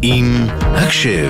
עם הקשב.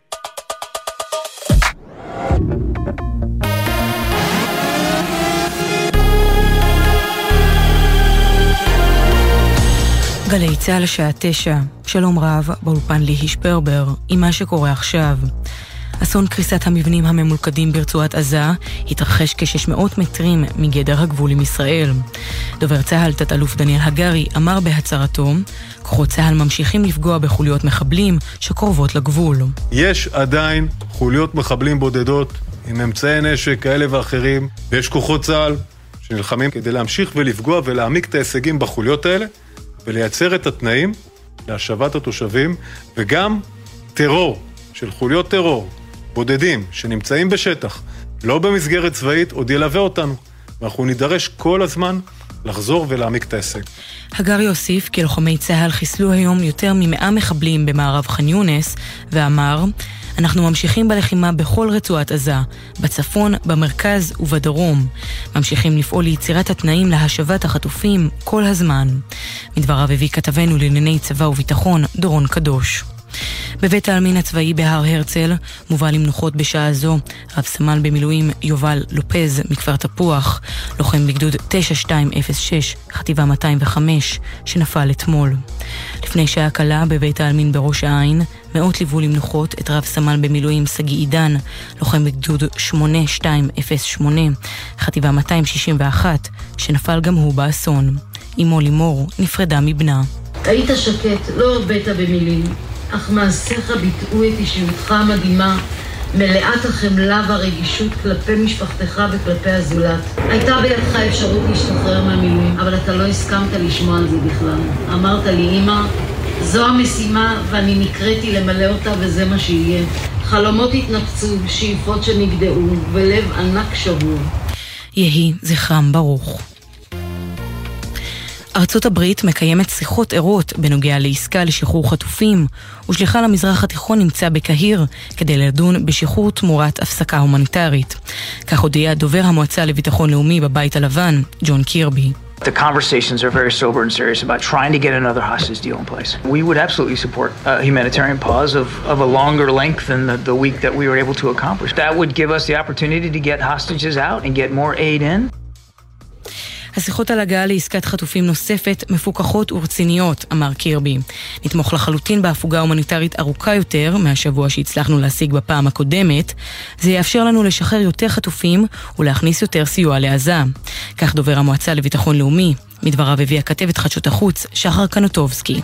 גלי צהל השעה 9, שלום רב, באולפן ליהי שפרבר, עם מה שקורה עכשיו. אסון קריסת המבנים הממולכדים ברצועת עזה התרחש כ-600 מטרים מגדר הגבול עם ישראל. דובר צהל, תת-אלוף דניאל הגרי, אמר בהצהרתו, כוחות צהל ממשיכים לפגוע בחוליות מחבלים שקרובות לגבול. יש עדיין חוליות מחבלים בודדות עם אמצעי נשק כאלה ואחרים, ויש כוחות צהל שנלחמים כדי להמשיך ולפגוע ולהעמיק את ההישגים בחוליות האלה, ולייצר את התנאים להשבת התושבים, וגם טרור, של חוליות טרור, בודדים, שנמצאים בשטח, לא במסגרת צבאית, עוד ילווה אותנו. ואנחנו נידרש כל הזמן לחזור ולהעמיק את ההישג. הגרי הוסיף כי לוחמי צהל חיסלו היום יותר מ100 מחבלים במערב ח'אן יונס, ואמר, אנחנו ממשיכים בלחימה בכל רצועת עזה, בצפון, במרכז ובדרום. ממשיכים לפעול ליצירת התנאים להשבת החטופים כל הזמן. מדבריו הביא כתבנו לענייני צבא וביטחון, דורון קדוש. בבית העלמין הצבאי בהר הרצל מובא למנוחות בשעה זו רב סמל במילואים יובל לופז מכפר תפוח, לוחם בגדוד 9206 חטיבה 205 שנפל אתמול. לפני שעה קלה בבית העלמין בראש העין מאות ליוו למנוחות את רב סמל במילואים סגי עידן, לוחם בגדוד 8208 חטיבה 261 שנפל גם הוא באסון. אמו לימור נפרדה מבנה. היית שקט, לא הרבית במילים, אך מעשיך ביטאו את אישיותך המדהימה, מלאת החמלה והרגישות כלפי משפחתך וכלפי הזולת. הייתה בידך אפשרות להשתחרר מהמילואים, אבל אתה לא הסכמת לשמוע על זה בכלל. אמרת לי, אמא, זו המשימה ואני נקראתי למלא אותה וזה מה שיהיה. חלומות התנפצו, שאיפות שנגדעו, ולב ענק שבור. יהי זכרם ברוך. ארצות הברית מקיימת שיחות ערות בנוגע לעסקה לשחרור חטופים, ושליחה למזרח התיכון נמצא בקהיר כדי לדון בשחרור תמורת הפסקה הומניטרית. כך הודיע דובר המועצה לביטחון לאומי בבית הלבן, ג'ון קירבי. The conversations are very sober and serious about trying to get another hostage deal in place. We would absolutely support a humanitarian pause of a longer length than the week that we were able to accomplish. That would give us the opportunity to get hostages out and get more aid in. השיחות על הגעה לעסקת חטופים נוספת מפוקחות ורציניות, אמר קירבי. נתמוך לחלוטין בהפוגה הומניטרית ארוכה יותר מהשבוע שהצלחנו להשיג בפעם הקודמת. זה יאפשר לנו לשחרר יותר חטופים ולהכניס יותר סיוע לעזה. כך דובר המועצה לביטחון לאומי. מדבריו הביא כתבת חדשות החוץ שחר קנוטובסקי.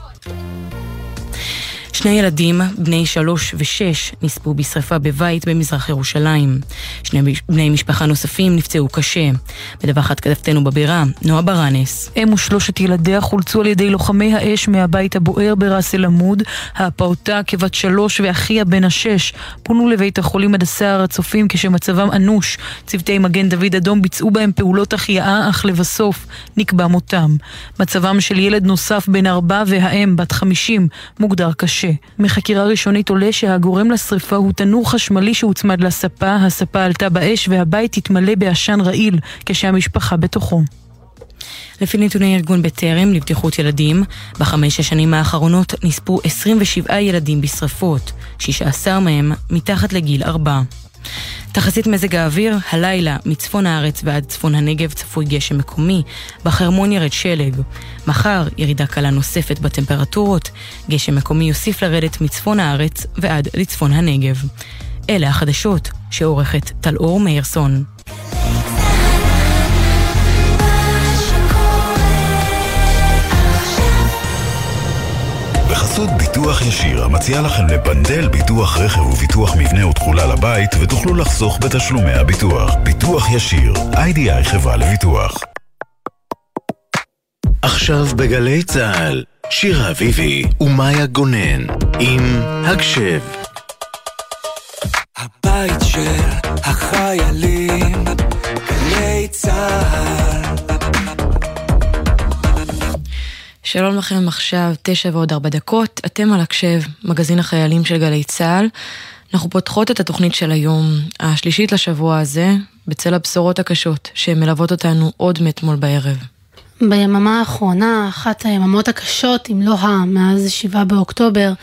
2 ילדים, בני 3 ו6, נספו בשריפה בבית במזרח ירושלים. 2 בני משפחה נוספים נפצעו קשה. מדווחת כתבתנו בבירה, נועה ברנס. הם ו3 ילדיה חולצו על ידי לוחמי האש מהבית הבוער ברס אל עמוד. הפעוטה כבת 3 ואחיה בן 6 פונו לבית החולים הדסה הר הצופים כשמצבם אנוש. צוותי מגן דוד אדום ביצעו בהם פעולות החייאה, אך לבסוף נקבע מותם. מצבם של ילד נוסף בן 4 והאם בת 50 מוגדר קשה. מחקירה ראשונית עולה שהגורם לשריפה הוא תנור חשמלי שהוצמד לספה. הספה עלתה באש והבית התמלא בעשן רעיל כשהמשפחה בתוכו. לפי נתוני ארגון בטרם לבטיחות ילדים, ב5 השנים האחרונות נספו 27 ילדים בשריפות, 16 מהם מתחת לגיל 4. תחזית מזג האוויר, הלילה מצפון הארץ ועד צפון הנגב צפוי גשם מקומי, בחרמון ירד שלג. מחר ירידה קלה נוספת בטמפרטורות, גשם מקומי יוסיף לרדת מצפון הארץ ועד לצפון הנגב. אלה החדשות שעורכת טל-אור מאירסון. בחסות ביטוח ישיר, המציע לכם לבנדל ביטוח רכב וביטוח מבנה ותכולה לבית, ותוכלו לחסוך בתשלומי הביטוח. ביטוח ישיר, IDI חברה לביטוח. עכשיו בגלי צהל, שירה אביבי ומאיה גונן עם הקשב. הבית של החיילים, גלי צהל. שלום לכם, עכשיו 9:04. אתם על הקשב, מגזין החיילים של גלי צהל. אנחנו פותחות את התוכנית של היום, השלישית לשבוע הזה, בצל הבשורות הקשות שמלוות אותנו עוד מאתמול בערב. ביממה האחרונה, אחת היממות הקשות, אם לא מאז 7 באוקטובר,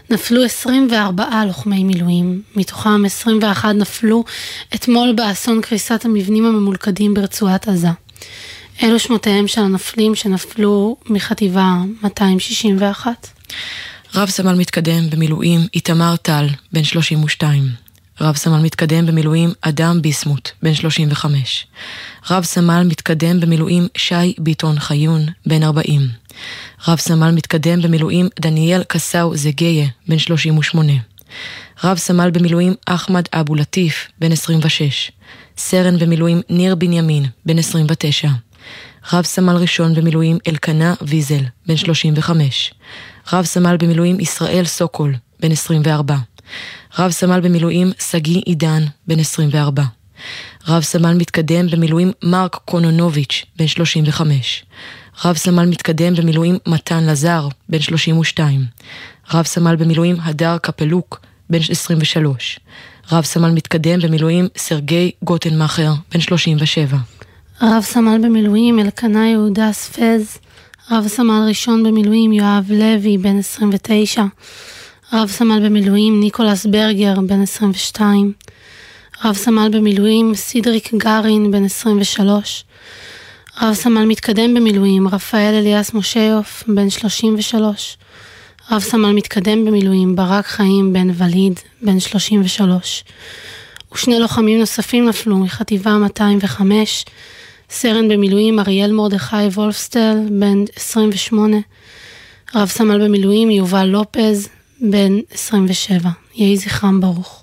נפלו 24 לוחמי מילואים, מתוכם 21 נפלו אתמול באסון קריסת המבנים הממולכדים ברצועת עזה. אלו שמותיהם של הנפלים שנפלו מחטיבה 261. רב סמל מתקדם במילואים איתמר טל, בן 32. רב סמל מתקדם במילואים אדם ביסמוט, בן 35. רב סמל מתקדם במילואים שי ביטון חיון, בן 40. רב סמל מתקדם במילואים דניאל קסאו זגיה, בן 38. רב סמל במילואים אחמד אבו לטיף, בן 26. סרן במילואים ניר בנימין, בן 29. רב סמל ראשון במילואים אלקנה ויזל, בן 35. רב סמל במילואים ישראל סוקול, בן 24. רב סמל במילואים סגי עידן, בן 24. רב סמל מתקדם במילואים מרק קונונוביץ', בן 35. רב סמל מתקדם במילואים מתן לזר, בן 32. רב סמל במילואים הדר קפלוק, בן 23. רב סמל מתקדם במילואים סרגי גוטנמאכר, בן 37. רב סמל במילואים אלקנה יהודה ספז. רב סמל ראשון במילואים יואב לוי, בן 29. רב סמל במילואים ניקולס ברגר, בן 22. רב סמל במילואים סידריק גרין, בן 23. רב סמל מתקדם במילואים רפאל אליאס מושיוף, בן 33. רב סמל מתקדם במילואים ברק חיים בן וליד, בן 33. ושני לוחמים נוספים נפלו מחטיבה 205, סרן במילואים אריאל מרדכי וולפסטל, בן 28. רב סמל במילואים יובל לופז, בן 27. יהי זכרם ברוך.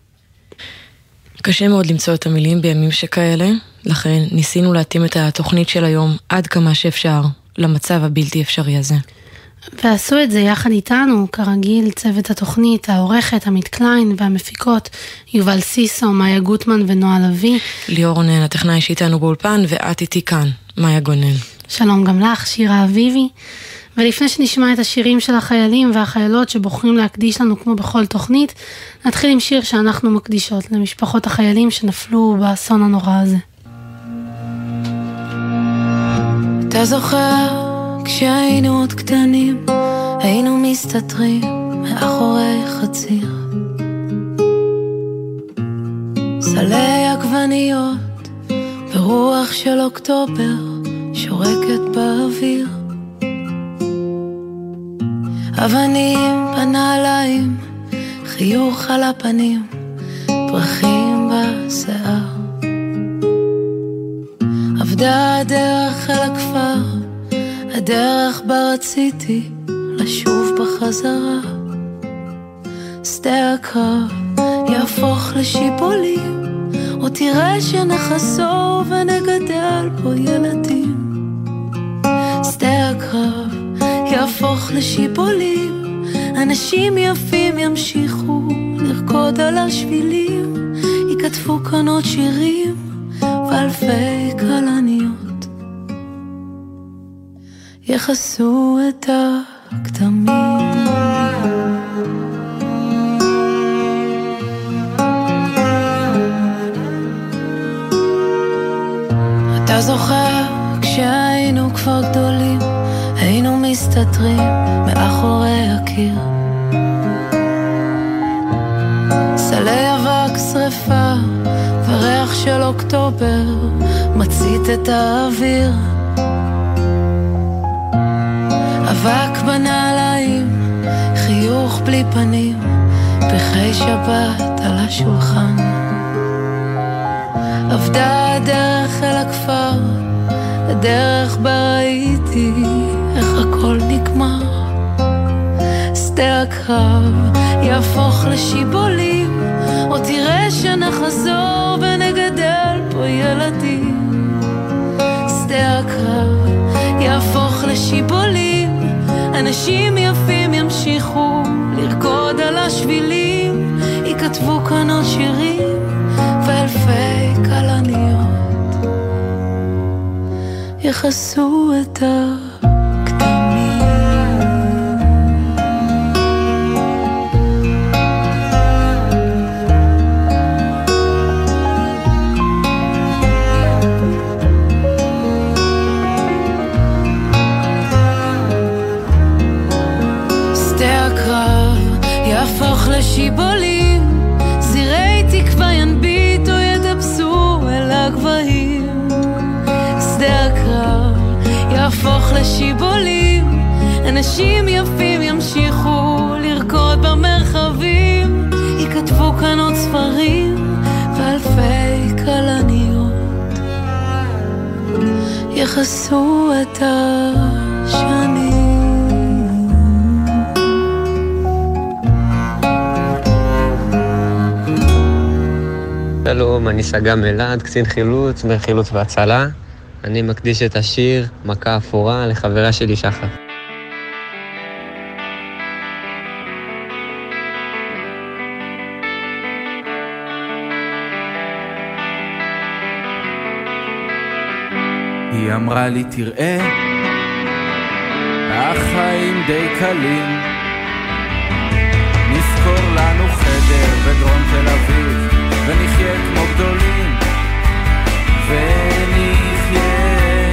קשה מאוד למצוא את המילים בימים שכאלה, לכן ניסינו להתאים את התוכנית של היום עד כמה שאפשר למצב הבלתי אפשרי הזה. ועשו את זה יחד איתנו, כרגיל, צוות התוכנית, העורכת, עמית קליין והמפיקות, יובל סיסו, מאיה גוטמן ונועה לוי. ליאור רונן, הטכנאי שאיתנו באולפן, ואת איתי כאן, מאיה גונן. שלום גם לך, שירה אביבי. ולפני שנשמע את השירים של החיילים והחיילות שבוחרים להקדיש לנו כמו בכל תוכנית, נתחיל עם שיר שאנחנו מקדישות למשפחות החיילים שנפלו באסון הנורא הזה. אתה זוכר כשהיינו עוד קטנים, היינו מסתתרים מאחורי חציר, סלי עגבניות ברוח של אוקטובר שורקת באוויר, אבנים בנעליים, חיוך על הפנים, פרחים בשיער. עבדה הדרך אל הכפר, הדרך בה רציתי לשוב בחזרה. שדה הקרב יהפוך לשיבולים, או תראה שנחסור ונגדל פה ילדים. שדה הקרב יהפוך לשיבולים, אנשים יפים ימשיכו לרקוד על השבילים, יכתבו כאן עוד שירים ואלפי קלניות יחסו את הכתמים. אתה זוכר כשהיינו כבר גדולים, היינו מסתתרים מאחורי הקיר, סלי אבק שריפה וריח של אוקטובר מצית את האוויר, אבק בנעליים, חיוך בלי פנים, פרחי שבת על השולחן. עבדה הדרך אל הכפר, הדרך בה ראיתי איך הכל נגמר. שדה הקרב יהפוך לשיבולים, או תראה שנחזור ונגדל פה ילדים. שדה הקרב יהפוך לשיבולים, אנשים יפים ימשיכו לרקוד על השבילים, יכתבו כאן עוד שירים ואלפי קלניות יחסו את הכתמים. שדה הקרב שיבולים, אנשים יפים ימשיכו לרקוד במרחבים, יכתבו כאן עוד ספרים ואלפי כלניות יחסו את השנים. שלום, אני סגם אלעד, קצין חילוץ בחילוץ והצלה. אני מקדיש את השיר מכה אפורה לחברה שלי שחר. היא אמרה לי תראה, החיים די קלים, נזכור לנו חדר בדרום תל אביב ונחיה כמו גדולים, ונחיה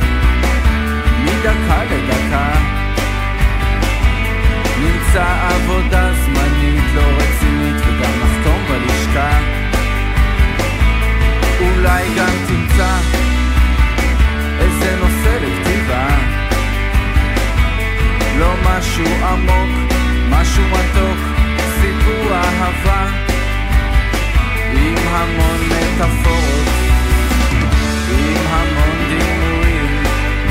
מדקה לדקה, נמצא עבודה זמנית לא רצינית וגם נחתום בלשכה, אולי גם תמצא איזה נושא לכתיבה, לא משהו עמוק, משהו מתוק, סיפור אהבה עם המון מטאפורות, עם המון דימויים.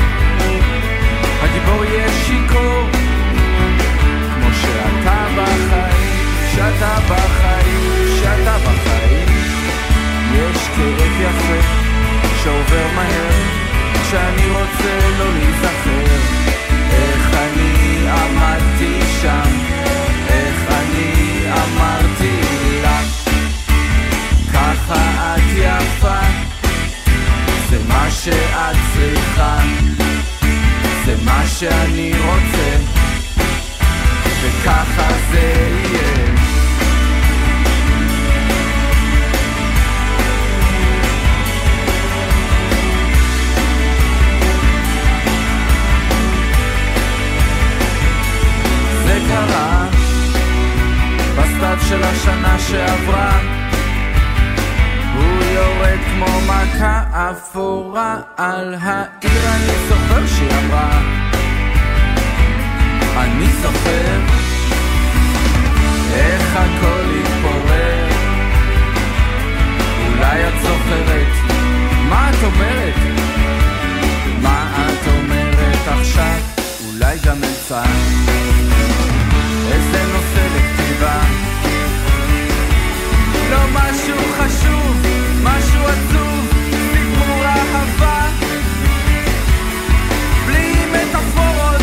הגיבור יהיה שיקור כמו שאתה בחיים, שאתה בחיים, שאתה בחיים. יש כאב יפה שעובר מהר, שאני רוצה לא להיזכר איך אני עמדתי שם, איך אני אמרתי לה ככה את יפה, זה מה שאת צריכה, זה מה שאני רוצה, וככה זה יהיה. זה קרה בסתיו של השנה שעברה, הוא יורד כמו מכה אפורה על העיר. אני זוכר שהיא אמרה, אני זוכר איך הכל התפורר, אולי את זוכרת מה את אומרת, מה את אומרת עכשיו, אולי גם אמצע איזה נושא לכתיבה, לא משהו חשוב, משהו עצוב, סיפור אהבה בלי מטאפורות,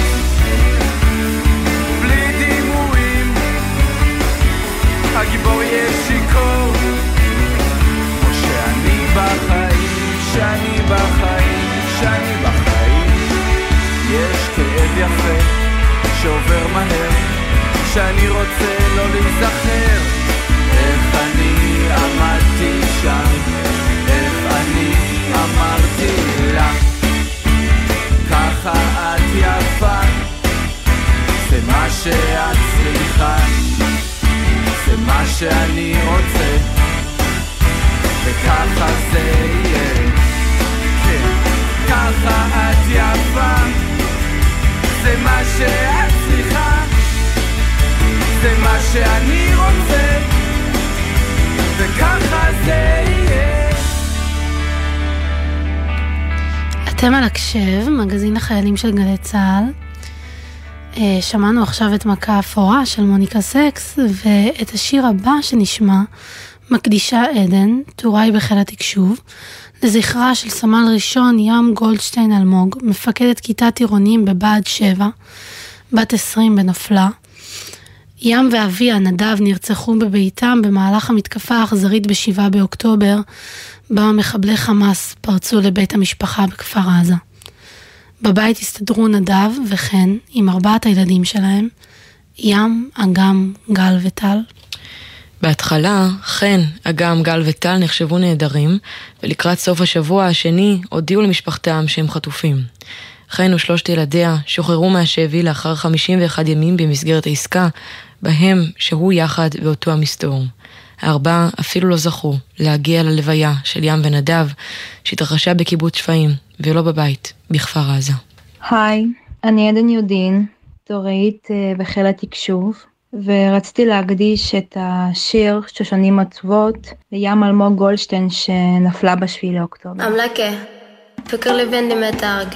בלי דימויים. הגיבור יהיה שיקור כמו שאני בחיים, שאני בחיים, שאני בחיים. יש כאב יפה שעובר מהר, שאני רוצה לא להיזכר איך אני עמדתי שם, איך אני אמרתי לה ככה את יפה, זה מה שאת צריכה, זה מה שאני רוצה, וככה זה יהיה. כן, ככה את יפה, זה מה שאת צריכה, זה מה שאני רוצה, וככה זה יהיה. אתם על הקשב, מגזין החיילים של גלי צהל. שמענו עכשיו את מכה אפורה של מוניקה סקס, ואת השיר הבא שנשמע מקדישה עדן, תוראי בחיל התקשוב, לזכרה של סמל ראשון ים גולדשטיין אלמוג, מפקדת כיתת טירונים בבה"ד 7, בת 20 בנופלה. ים ואביה נדב נרצחו בביתם במהלך המתקפה האכזרית ב7 באוקטובר, בה מחבלי חמאס פרצו לבית המשפחה בכפר עזה. בבית הסתדרו נדב וחן עם 4 הילדים שלהם, ים, אגם, גל וטל. בהתחלה, חן, אגם, גל וטל נחשבו נהדרים, ולקראת סוף השבוע השני הודיעו למשפחתם שהם חטופים. חן ו3 ילדיה שוחררו מהשבי לאחר 51 ימים במסגרת העסקה, בהם שהו יחד באותו המסתור. 4 אפילו לא זכו להגיע ללוויה של ים ונדב, שהתרחשה בקיבוץ שפיים, ולא בבית, בכפר עזה. היי, אני עדן יודין, תוראית בחיל התקשוב, ורציתי להקדיש את השיר שושנים עצובות לים אלמוג גולדשטיין שנפלה ב7 לאוקטובר. אמלכה, פקר לבן דמתרג,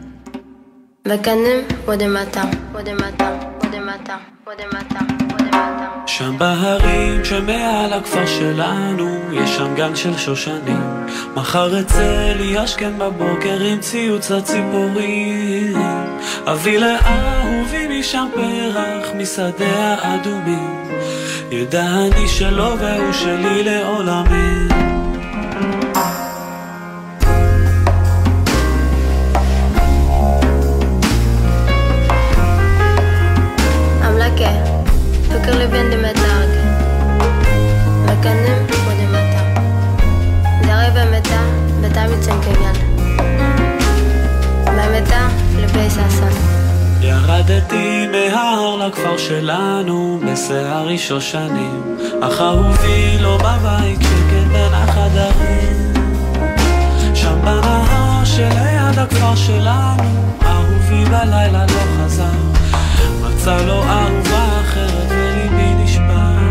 מקנם ודמתה, ודמתה, ודמתה, ודמתה, ודמתה. שם בהרים שמעל הכפר שלנו יש שם גן של שושנים, מחר אצא לי השכם בבוקר עם ציוץ הציפורים, אביא לאהובי משם פרח משדה האדומים, ידע אני שלו והוא שלי לעולמים. פקר לבן דמתרג, מקנם ודמתה, דרי במתה, בתה מצנקגן, במתה לבי ססן. ירדתי מההר לכפר שלנו בשערי שושנים, אך אהובי לא בבית שקט בין החדרים, שם בנהר שליד הכפר שלנו, אהובי בלילה לא חזר, מצא לו אהובה אחרת וליבי נשבר.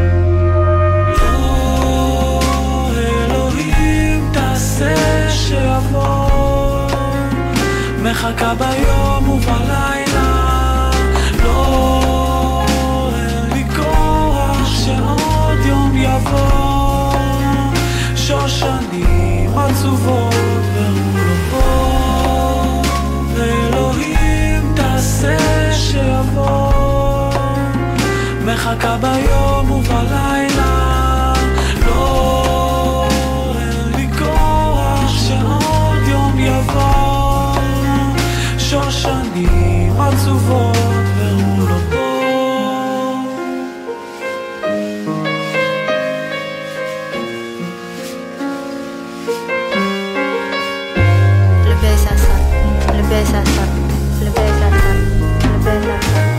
לא, אלוהים תעשה שיבוא, מחכה ביום ובלילה, לא, אין לי כוח שעוד יום יבוא, שושנים עצובות והוא לא פה, אלוהים תעשה שיבוא, מחכה ביום ובלילה, לא, אין לי כוח שעוד יום יבוא, שושנים עצובות והוא לא פה. לבי ססן, לבי ססן, לבי ססן, לבי ססן.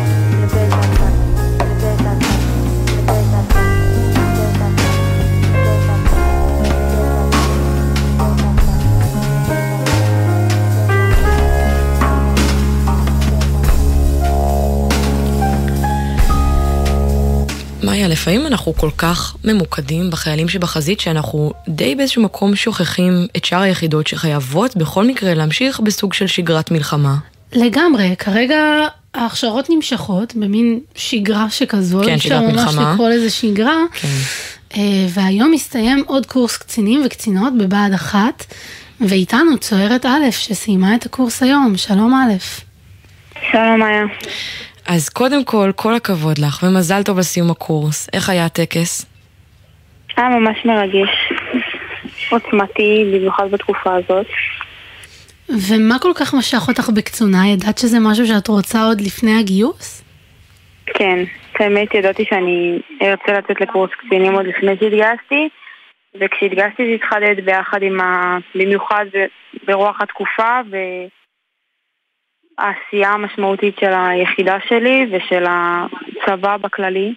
מאיה, לפעמים אנחנו כל כך ממוקדים בחיילים שבחזית שאנחנו די באיזשהו מקום שוכחים את שאר היחידות שחייבות בכל מקרה להמשיך בסוג של שגרת מלחמה. לגמרי, כרגע ההכשרות נמשכות במין שגרה שכזו, כן, שגרת מלחמה. אפשר ממש לקרוא לזה שגרה, כן. והיום מסתיים עוד קורס קצינים וקצינות בבה"ד 1, ואיתנו צוערת א' שסיימה את הקורס היום. שלום א'. שלום מאיה. אז קודם כל הכבוד לך, ומזל טוב לסיום הקורס. איך היה הטקס? היה ממש מרגש, עוצמתי, במיוחד בתקופה הזאת. ומה כל כך משך אותך בקצונה? ידעת שזה משהו שאת רוצה עוד לפני הגיוס? כן, באמת ידעתי שאני ארצה לצאת לקורס קצינים עוד לפני שהתגייסתי, וכשהתגייסתי זה התחדד ביחד עם במיוחד ברוח התקופה העשייה המשמעותית של היחידה שלי ושל הצבא בכללי.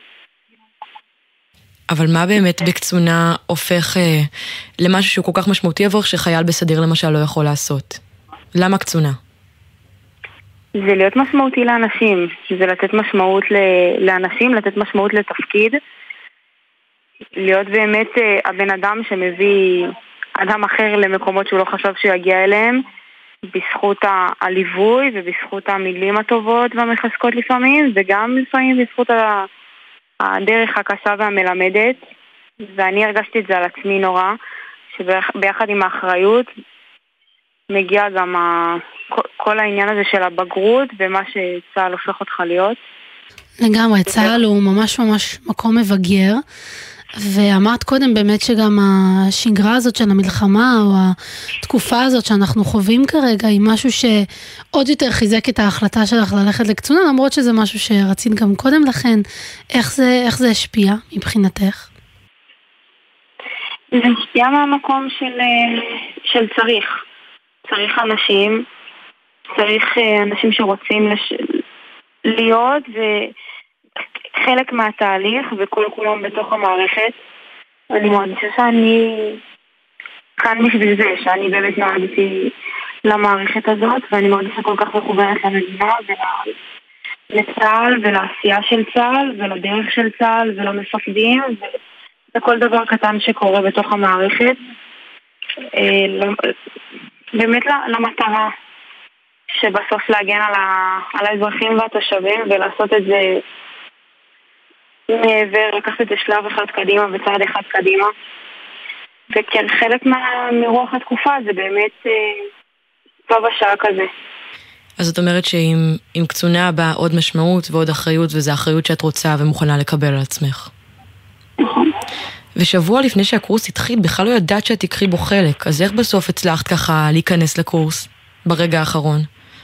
אבל מה באמת בקצונה הופך למשהו שהוא כל כך משמעותי עבור שחייל בסדיר למשל לא יכול לעשות? למה קצונה? זה להיות משמעותי לאנשים, זה לתת משמעות לאנשים, לתת משמעות לתפקיד, להיות באמת הבן אדם שמביא אדם אחר למקומות שהוא לא חשב שהוא יגיע אליהם, בזכות הליווי ובזכות המילים הטובות והמחזקות לפעמים, וגם לפעמים בזכות הדרך הקשה והמלמדת. ואני הרגשתי את זה על עצמי נורא, שביחד עם האחריות מגיע גם כל העניין הזה של הבגרות ומה שצה"ל הופך אותך להיות. לגמרי, צה"ל הוא ממש ממש מקום מבגר, ואמרת קודם באמת שגם השגרה הזאת של המלחמה, או התקופה הזאת שאנחנו חווים כרגע, היא משהו שעוד יותר חיזק את ההחלטה שלך ללכת לקצונה, למרות שזה משהו שרצית גם קודם לכן. איך זה השפיע מבחינתך? זה השפיע מהמקום של צריך אנשים, צריך אנשים שרוצים להיות חלק מהתהליך וכל כולם בתוך המערכת. אני מרגישה שאני כאן בשביל זה, שאני באמת נועדתי למערכת הזאת, ואני מרגישה כל כך מחוברת למדינה לצה"ל ולעשייה של צה"ל ולדרך של צה"ל ולמפקדים ולכל דבר קטן שקורה בתוך המערכת. באמת למטרה שבסוף להגן על האזרחים והתושבים ולעשות את זה מעבר, לקחת את זה שלב אחד קדימה וצעד אחד קדימה. וכן, חלק מרוח התקופה זה באמת טוב השעה כזה. אז את אומרת שעם קצונה באה עוד משמעות ועוד אחריות, וזו אחריות שאת רוצה ומוכנה לקבל על עצמך. נכון. ושבוע לפני שהקורס התחיל, בכלל לא ידעת שאת תקחי בו חלק, אז איך בסוף הצלחת ככה להיכנס לקורס ברגע האחרון?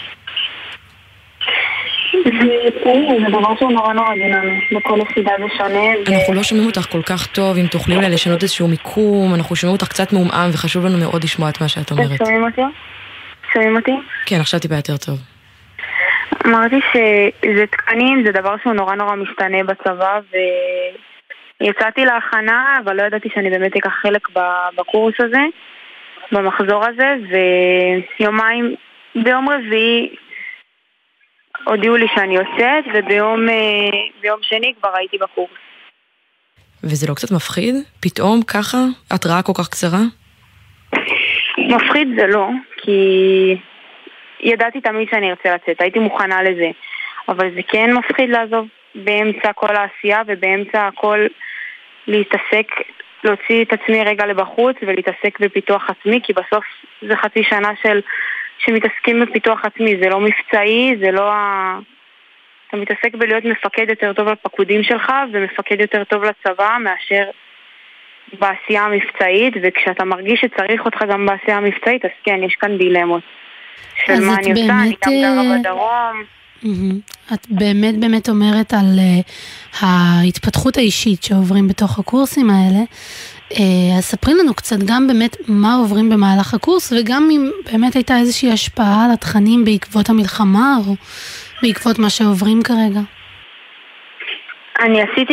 זה דבר שהוא נורא דינמי, בכל יחידה זה שונה. אנחנו לא שומעים אותך כל כך טוב, אם תוכלי אולי לשנות איזשהו מיקום, אנחנו שומעים אותך קצת מעומעם, וחשוב לנו מאוד לשמוע את מה שאת אומרת. שומעים אותי? שומעים אותי? כן, עכשיו טיפה יותר טוב. אמרתי שזה תקנים, זה דבר שהוא נורא משתנה בצבא, ויצאתי להכנה, אבל לא ידעתי שאני באמת אקח חלק בקורס הזה, במחזור הזה, ויומיים, ביום רביעי, הודיעו לי שאני יוצאת, וביום שני כבר הייתי בקורס. וזה לא קצת מפחיד? פתאום ככה? התראה כל כך קצרה? מפחיד זה לא, כי ידעתי תמיד שאני ארצה לצאת, הייתי מוכנה לזה. אבל זה כן מפחיד לעזוב באמצע כל העשייה, ובאמצע הכל להתעסק, להוציא את עצמי רגע לבחוץ, ולהתעסק בפיתוח עצמי, כי בסוף זה חצי שנה שמתעסקים בפיתוח עצמי, זה לא מבצעי, זה לא אתה מתעסק בלהיות מפקד יותר טוב לפקודים שלך, ומפקד יותר טוב לצבא מאשר בעשייה המבצעית, וכשאתה מרגיש שצריך אותך גם בעשייה המבצעית, אז כן, יש כאן דילמות של מה אני עושה, אני גם גרה בדרום. את באמת אומרת על ההתפתחות האישית שעוברים בתוך הקורסים האלה, אז ספרי לנו קצת גם באמת מה עוברים במהלך הקורס, וגם אם באמת הייתה איזושהי השפעה על התכנים בעקבות המלחמה, או בעקבות מה שעוברים כרגע. אני עשיתי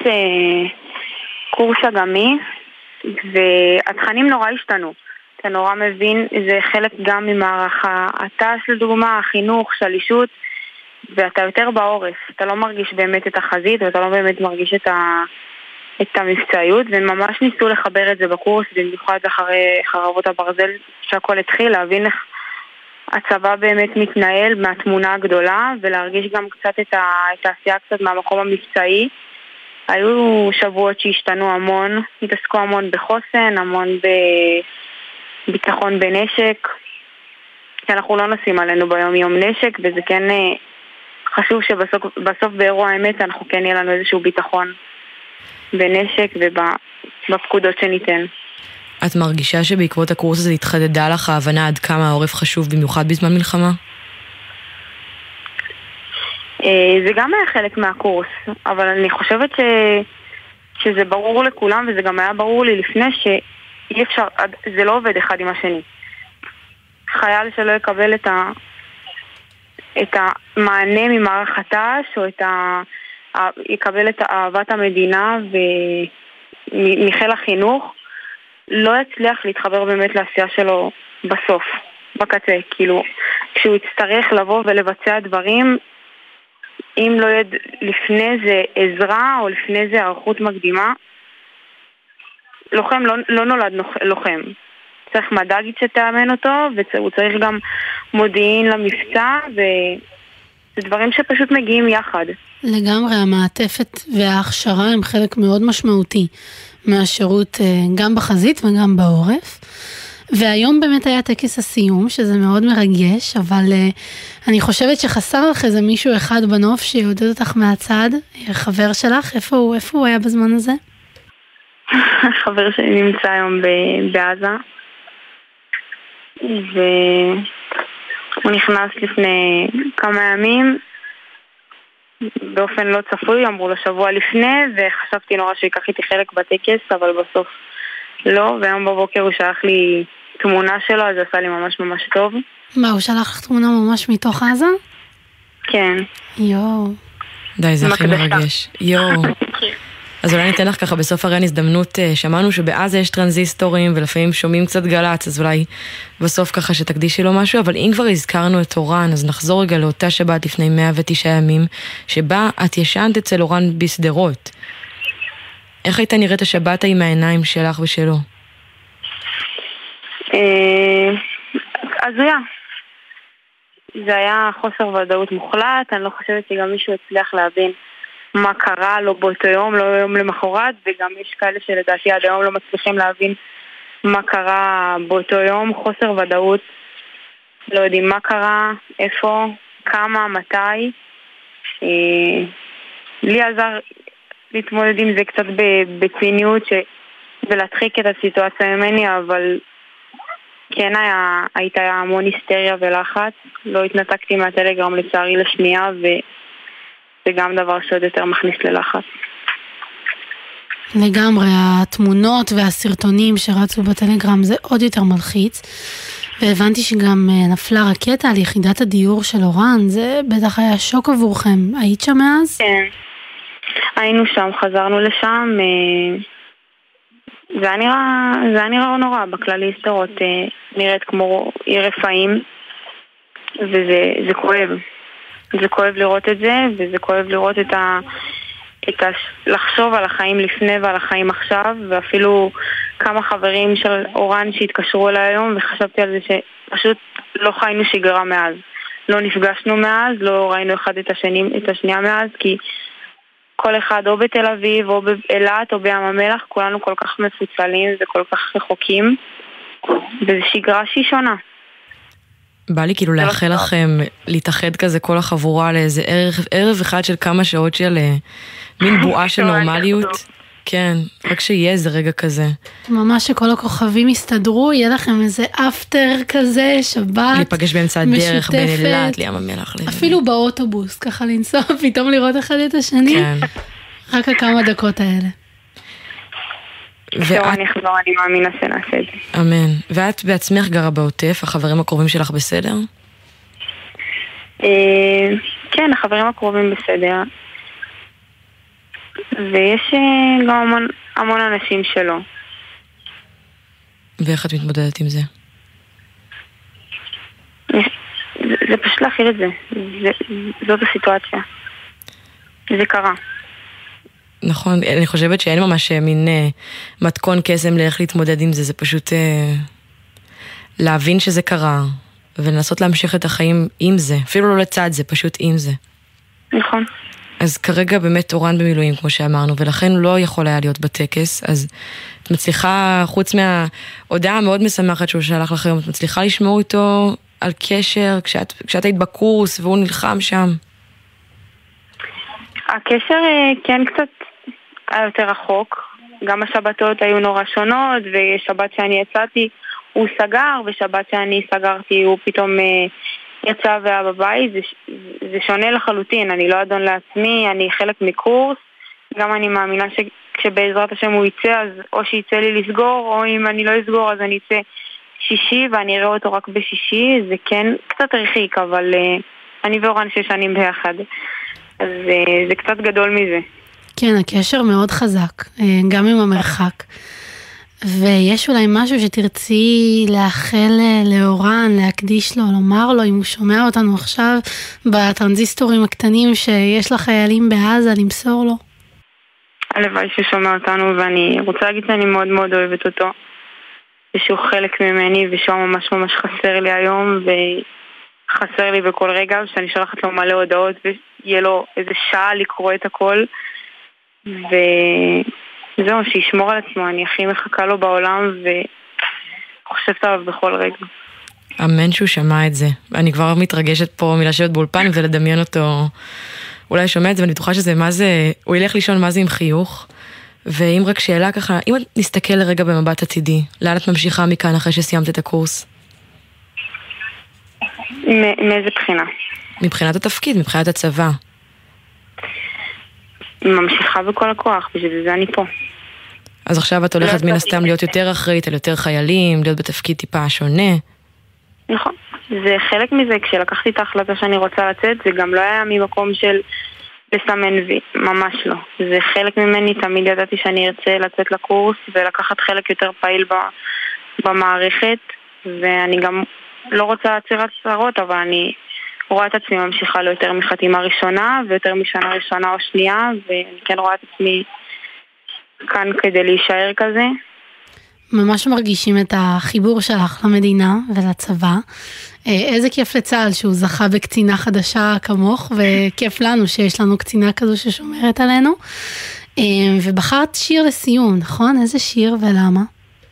קורס אגמי, והתכנים נורא השתנו. אתה נורא מבין, זה חלק גם ממערך הת"ש לדוגמה, החינוך, שלישות, ואתה יותר בעורף. אתה לא מרגיש באמת את החזית, ואתה לא באמת מרגיש את המבצעיות, וממש ניסו לחבר את זה בקורס, במיוחד אחרי חרבות הברזל, שהכל התחיל, להבין איך הצבא באמת מתנהל מהתמונה הגדולה, ולהרגיש גם קצת את העשייה קצת מהמקום המבצעי. היו שבועות שהשתנו המון, התעסקו המון בחוסן, המון בביטחון בנשק, כי אנחנו לא נשים עלינו ביום יום נשק, וזה כן חשוב שבסוף באירוע האמת אנחנו כן יהיה לנו איזשהו ביטחון בנשק ובפקודות שניתן. את מרגישה שבעקבות הקורס הזה התחדדה לך ההבנה עד כמה העורף חשוב במיוחד בזמן מלחמה? זה גם היה חלק מהקורס, אבל אני חושבת שזה ברור לכולם, וזה גם היה ברור לי לפני שאי אפשר, זה לא עובד אחד עם השני. חייל שלא יקבל את המענה ממערך הת"ש, או יקבל את אהבת המדינה ומחיל החינוך, לא יצליח להתחבר באמת לעשייה שלו בסוף, בקצה. כאילו, כשהוא יצטרך לבוא ולבצע דברים, אם לא יד לפני זה עזרה או לפני זה ערכות מקדימה, לוחם לא נולד לוחם. צריך מד"גית שתאמן אותו, והוא צריך גם מודיעין למבצע, וזה דברים שפשוט מגיעים יחד. לגמרי, המעטפת וההכשרה הם חלק מאוד משמעותי מהשירות גם בחזית וגם בעורף. והיום באמת היה טקס הסיום, שזה מאוד מרגש, אבל אני חושבת שחסר לך איזה מישהו אחד בנוף שיעודד אותך מהצד, חבר שלך, איפה הוא היה בזמן הזה? חבר שלי נמצא היום בעזה, והוא נכנס לפני כמה ימים, באופן לא צפוי, אמרו לו שבוע לפני, וחשבתי נורא שיקח איתי חלק בטקס, אבל בסוף לא, והיום בבוקר הוא שלח לי תמונה שלו, אז זה עשה לי ממש ממש טוב. מה, הוא שלח לך תמונה ממש מתוך עזה? כן. יואו. די, זה הכי מרגש. יואו. אז אולי ניתן לך ככה בסוף הרעיון הזדמנות, שמענו שבעזה יש טרנזיסטורים ולפעמים שומעים קצת גלץ, אז אולי בסוף ככה שתקדישי לו משהו, אבל אם כבר הזכרנו את אורן, אז נחזור רגע לאותה שבת לפני 109 ימים, שבה את ישנת אצל אורן בסדרות. איך הייתה נראית השבת עם העיניים שלך ושלו? הזויה. זה היה חוסר ודאות מוחלט, אני לא חושבת שגם מישהו הצליח להבין מה קרה לו באותו יום, לא יום למחרת, וגם יש כאלה שלדעתי עד היום לא מצליחים להבין מה קרה באותו יום, חוסר ודאות, לא יודעים מה קרה, איפה, כמה, מתי. לי עזר להתמודד עם זה קצת בציניות ולהדחיק את הסיטואציה ממני, אבל כן הייתה המון היסטריה ולחץ, לא התנתקתי מהטלגרם לצערי לשנייה, זה גם דבר שעוד יותר מכניס ללחץ. לגמרי, התמונות והסרטונים שרצו בטלגרם זה עוד יותר מלחיץ, והבנתי שגם נפלה רקטה על יחידת הדיור של אורן, זה בטח היה שוק עבורכם. היית שם מאז? כן, היינו שם, חזרנו לשם, זה היה נראה נורא, בכללי סדרות נראית כמו עיר רפאים, וזה כואב. זה כואב לראות את זה, וזה כואב לראות לחשוב על החיים לפני ועל החיים עכשיו, ואפילו כמה חברים של אורן שהתקשרו אליי היום, וחשבתי על זה שפשוט לא חיינו שגרה מאז. לא נפגשנו מאז, לא ראינו אחד את השנייה מאז, כי כל אחד או בתל אביב או באילת או בים המלח, כולנו כל כך מפוצלים וכל כך רחוקים, וזה שגרה שהיא שונה. בא לי כאילו לאחל לכם להתאחד כזה כל החבורה לאיזה ערב אחד של כמה שעות של מין בועה של נורמליות. כן, רק שיהיה איזה רגע כזה. ממש שכל הכוכבים יסתדרו, יהיה לכם איזה אפטר כזה, שבת. להיפגש באמצע הדרך בין אילת לים המלח. אפילו באוטובוס, ככה לנסוע, פתאום לראות אחד את השני. כן. רק הכמה דקות האלה. אני אחזור, אני מאמינה שנעשה את זה. אמן. ואת בעצמך גרה בעוטף, החברים הקרובים שלך בסדר? כן, החברים הקרובים בסדר. ויש גם המון אנשים שלא. ואיך את מתמודדת עם זה? זה פשוט להכיל את זה. זאת הסיטואציה. זה קרה. נכון, אני חושבת שאין ממש מין מתכון קסם לאיך להתמודד עם זה, זה פשוט להבין שזה קרה, ולנסות להמשיך את החיים עם זה, אפילו לא לצד זה, פשוט עם זה. נכון. אז כרגע באמת אורן במילואים, כמו שאמרנו, ולכן לא יכול היה להיות בטקס, אז את מצליחה, חוץ מההודעה המאוד משמחת שהוא שלח לכם, את מצליחה לשמור איתו על קשר, כשאת היית בקורס והוא נלחם שם? הקשר כן קצת היה יותר רחוק, גם השבתות היו נורא שונות, ושבת שאני יצאתי הוא סגר, ושבת שאני סגרתי הוא פתאום יצא והיה בבית. זה שונה לחלוטין, אני לא אדון לעצמי, אני חלק מקורס, גם אני מאמינה שכשבעזרת השם הוא יצא, אז או שיצא לי לסגור, או אם אני לא אסגור אז אני אצא שישי ואני אראה אותו רק בשישי. זה כן קצת רחיק, אבל אני ואורן 6 שנים ביחד, אז זה קצת גדול מזה. כן, הקשר מאוד חזק, גם עם המרחק. ויש אולי משהו שתרצי לאחל לאורן, להקדיש לו, לומר לו, אם הוא שומע אותנו עכשיו בטרנזיסטורים הקטנים שיש לחיילים בעזה, למסור לו? הלוואי ששומע אותנו, ואני רוצה להגיד שאני מאוד מאוד אוהבת אותו, ושהוא חלק ממני, ושהוא ממש ממש חסר לי היום, וחסר לי בכל רגע, שאני שולחת לו מלא הודעות, ויהיה לו איזה שעה לקרוא את הכל, וזהו, שישמור על עצמו, אני הכי מחכה לו בעולם, וחושבת עליו בכל רגע. אמן שהוא שמע את זה. אני כבר מתרגשת פה מלשבת באולפן ולדמיין אותו, אולי שומע את זה, ואני בטוחה שזה מה זה, הוא ילך לישון מה זה עם חיוך. ואם רק שאלה ככה, אם את נסתכל לרגע במבט עתידי, לאן את ממשיכה מכאן אחרי שסיימת את הקורס? מאיזה בחינה? מבחינת התפקיד, מבחינת הצבא. ממשיכה בכל הכוח, בשביל זה אני פה. אז עכשיו את הולכת מן הסתם להיות יותר אחראית, על יותר חיילים, להיות בתפקיד טיפה שונה. נכון, זה חלק מזה, כשלקחתי את ההחלטה שאני רוצה לצאת, זה גם לא היה ממקום של לסמן וי, ממש לא. זה חלק ממני, תמיד ידעתי שאני ארצה לצאת לקורס ולקחת חלק יותר פעיל במערכת, ואני גם לא רוצה עצירת צרות, אבל אני רואה את עצמי ממשיכה לו יותר מחתימה ראשונה ויותר משנה ראשונה או שנייה, ואני כן רואה את עצמי כאן כדי להישאר כזה. ממש מרגישים את החיבור שלך למדינה ולצבא. איזה כיף לצה"ל שהוא זכה בקצינה חדשה כמוך, וכיף לנו שיש לנו קצינה כזו ששומרת עלינו. ובחרת שיר לסיום, נכון? איזה שיר ולמה?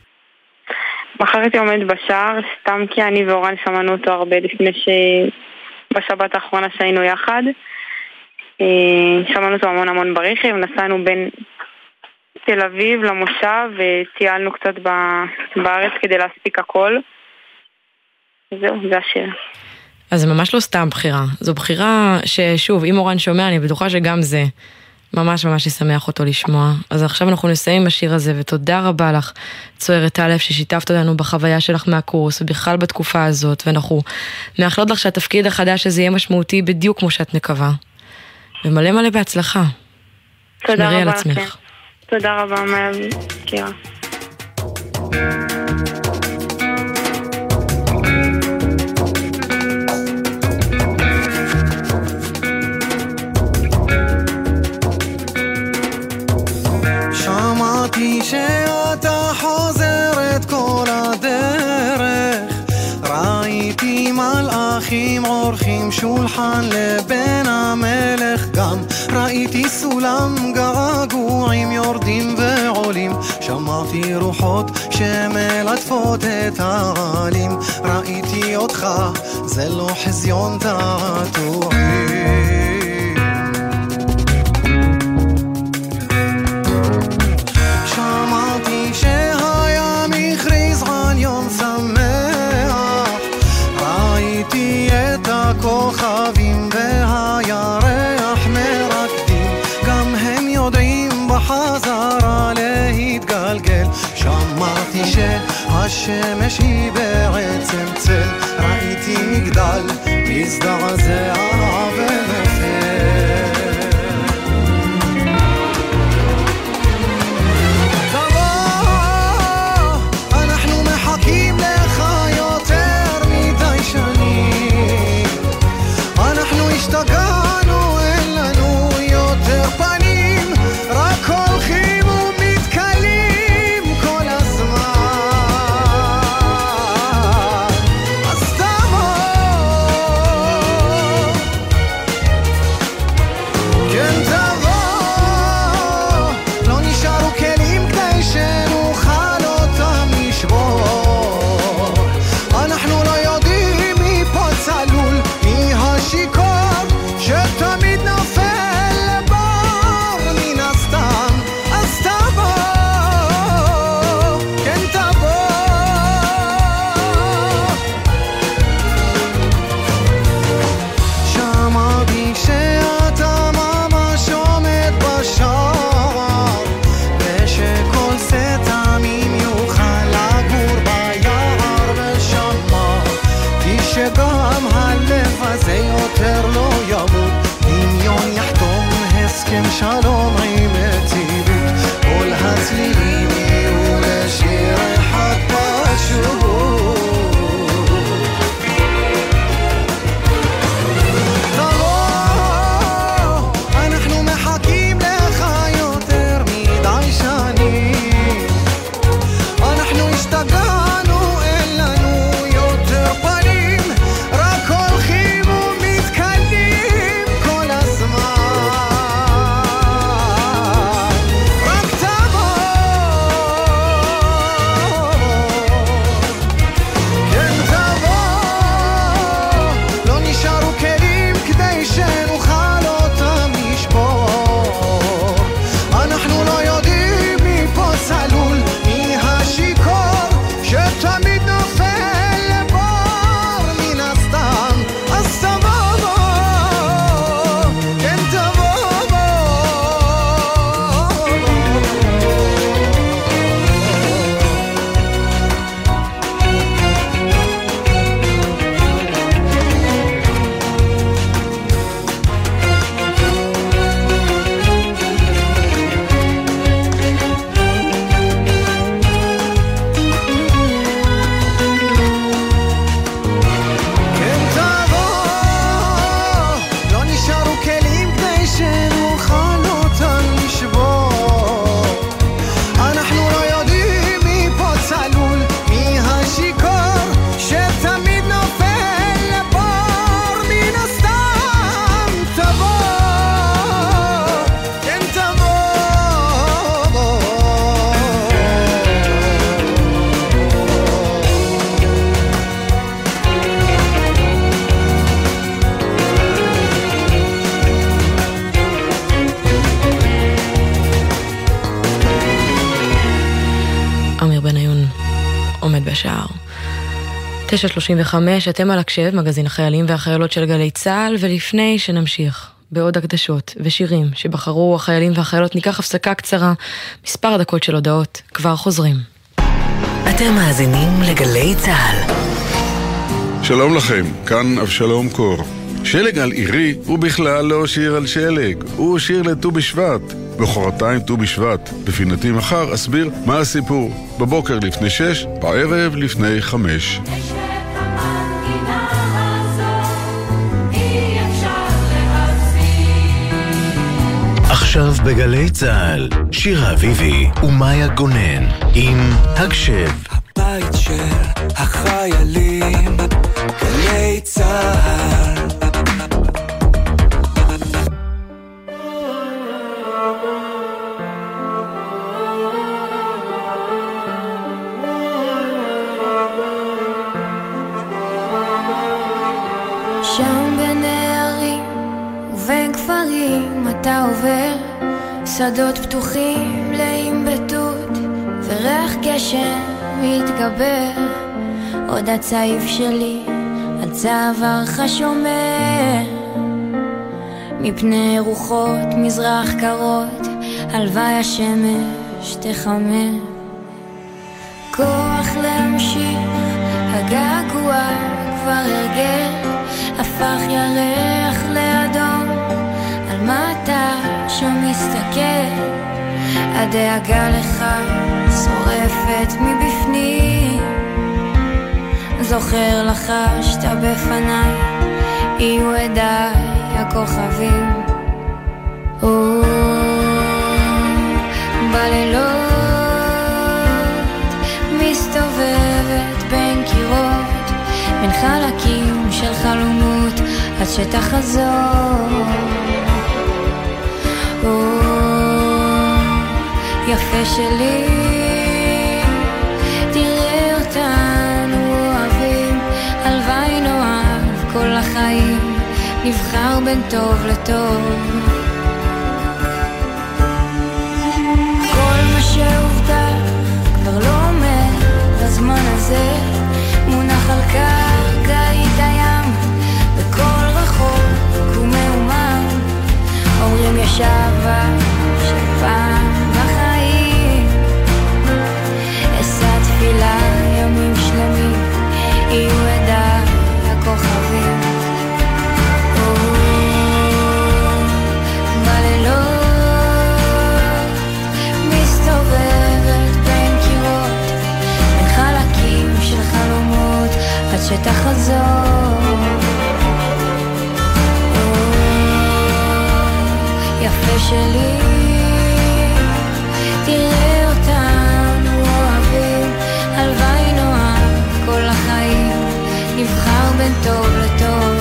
בחרתי עומד בשער, סתם כי אני ואורן שמענו אותו הרבה לפני בשבת האחרונה שהיינו יחד. שמענו אותו המון ברכב, נסענו בין תל אביב למושב וטיילנו קצת בארץ כדי להספיק הכל. זהו, זה השיר. אז זה ממש לא סתם בחירה, זו בחירה ששוב, אם אורן שומע, אני בטוחה שגם זה ממש ישמח אותו לשמוע. אז עכשיו אנחנו נסיים בשיר הזה, ותודה רבה לך, צוערת א', ששיתפת אותנו בחוויה שלך מהקורס, ובכלל בתקופה הזאת, ואנחנו מאחלות לך שהתפקיד החדש הזה יהיה משמעותי בדיוק כמו שאת מקווה. ומלא בהצלחה. תודה רבה לכם. תודה רבה, מאיה קירה. שמעתי שאתה חוזרת כל הדרך, ראיתי מלאכים עורכים שולחן לבן המלך, גם ראיתי סולם געגועים יורדים ועולים, שמעתי רוחות שמלטפות את העלים, ראיתי אותך, זה לא חזיון תעתועים. שמעתי שהים הכריז על יום שמח, ראיתי את הכוכבים והירח מרקדים, גם הם יודעים בחזרה להתגלגל, שמעתי שהשמש היא בעצם צל, ראיתי מגדל מזדעזע ונופל. השתגענו, אין לנו יותר פנים, רק הולכים ומתקלים כל הזמן. אז תבוא, בשער. 9:35, אתם על הקשב, מגזין החיילים והחיילות של גלי צהל, ולפני שנמשיך בעוד הקדשות ושירים שבחרו החיילים והחיילות, ניקח הפסקה קצרה, מספר דקות של הודעות, כבר חוזרים. אתם מאזינים לגלי צהל. שלום לכם, כאן אבשלום קור. שלג על עירי הוא בכלל לא שיר על שלג, הוא שיר לט"ו בשבט. בחורתיים ט"ו בשבט. בפינתי מחר אסביר מה הסיפור. בבוקר לפני 6, בערב לפני 5. עכשיו בגלי צהל, שירה אביבי ומאיה גונן עם הקשב. הבית של החיילים, גלי צהל. שם בין הערים ובין כפרים אתה עובר, שדות פתוחים מלאים בתות וריח גשם מתגבר. עוד הצעיף שלי על צווארך שומר מפני רוחות מזרח קרות, הלוואי השמש תחמר. כוח להמשיך, הגעגוע כבר הרגל, הפך ירח לאדום, על מה אתה שם מסתכל? הדאגה לך שורפת מבפנים, זוכר לך שאתה בפניי, יהיו עדיי הכוכבים. בלילות מסתובבת בין קירות, בין חלקים של חלומות עד שתחזור. יפה שלי, תראה אותנו אוהבים, הלוואי נאהב כל החיים, נבחר בין טוב לטוב. כל מה שהובטח כבר לא עומד בזמן הזה, מונח על קרקעית הים, בכל רחוק ומאומם, אומרים ישבה שפעם בחיים, אשא תפילה ימים שלמים, יהיו עדיי הכוכבים. בלילות מסתובבת בין קירות, בין חלקים של חלומות עד שתחזור. יפה שלי, תראה אותנו אוהבים, הלוואי נאהב כל החיים, נבחר בין טוב לטוב.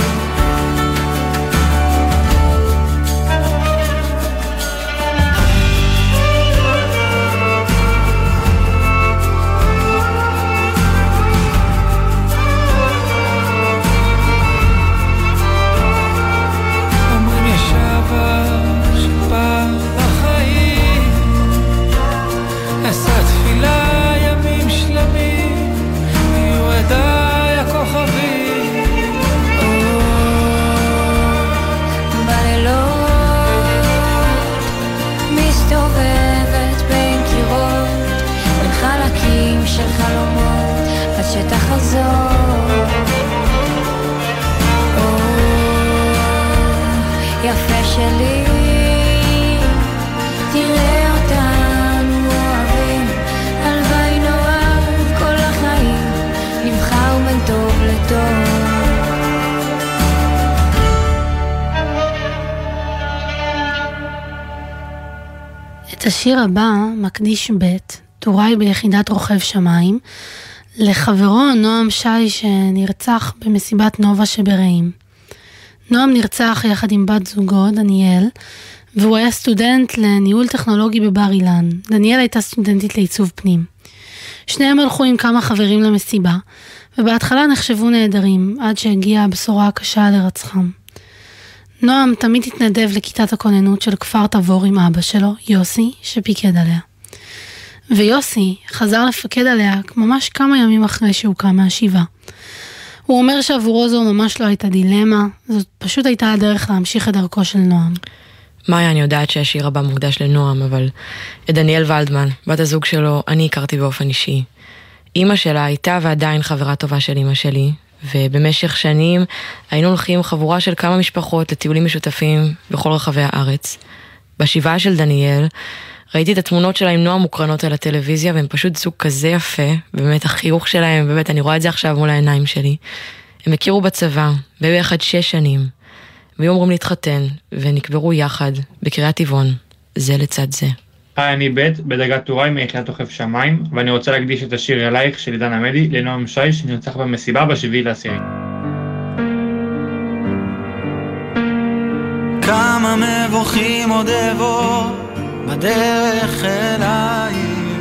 של חלומות עד שתחזור. יפה שלי, תראה אותנו אוהבים, הלוואי נאהב כל החיים, נבחר בין טוב לטוב. את השיר הבא מקדיש בית טוראי ביחידת רוכב שמיים, לחברו נועם שי שנרצח במסיבת נובה שברעים. נועם נרצח יחד עם בת זוגו, דניאל, והוא היה סטודנט לניהול טכנולוגי בבר אילן. דניאל הייתה סטודנטית לעיצוב פנים. שניהם הלכו עם כמה חברים למסיבה, ובהתחלה נחשבו נהדרים, עד שהגיעה הבשורה הקשה לרצחם. נועם תמיד התנדב לכיתת הכוננות של כפר תבור עם אבא שלו, יוסי, שפיקד עליה. ויוסי חזר לפקד עליה ממש כמה ימים אחרי שהוא קם מהשבעה. הוא אומר שעבורו זו ממש לא הייתה דילמה, זאת פשוט הייתה הדרך להמשיך את דרכו של נועם. מאיה, אני יודעת שהשיר הבא מוקדש לנועם, אבל את דניאל ולדמן, בת הזוג שלו, אני הכרתי באופן אישי. אמא שלה הייתה ועדיין חברה טובה של אמא שלי, ובמשך שנים היינו הולכים חבורה של כמה משפחות לטיולים משותפים בכל רחבי הארץ. בשבעה של דניאל ראיתי את התמונות שלה עם נועם מוקרנות על הטלוויזיה, והם פשוט זוג כזה יפה, באמת החיוך שלהם, באמת אני רואה את זה עכשיו מול העיניים שלי. הם הכירו בצבא, והיו יחד 6 שנים, והיו אמורים להתחתן, ונקברו יחד בקריית טבעון, זה לצד זה. היי, אני בדרגת טוראי מיחידת אוכף שמיים, ואני רוצה להקדיש את השיר אלייך של עידן עמדי לנועם שי שנרצח במסיבה ב7/10. כמה מבוכים עוד אבוא בדרך אליי,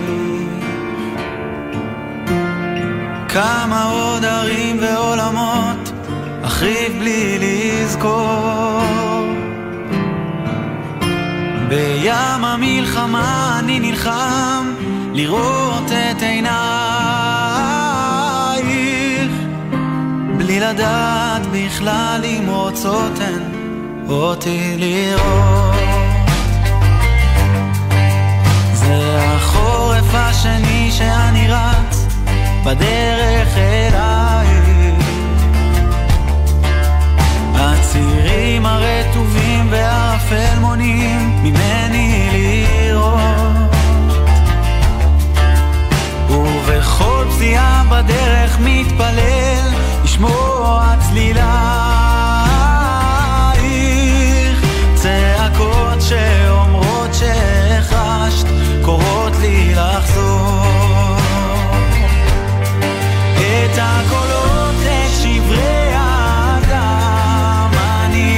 כמה עוד ערים ועולמות אחריב בלי לזכור. בים המלחמה אני נלחם לראות את עינייך, בלי לדעת בכלל אם רוצות הן אותי לראות. זה החורף השני שאני רץ בדרך אליי, הצירים הרטובים והאפל מונים ממני לראות, ובכל פסיעה בדרך מתפלל לשמוע צלילייך, צעקות שאומרות שהחשת קורות לי לחזור, את הקולות את שברי האדם אני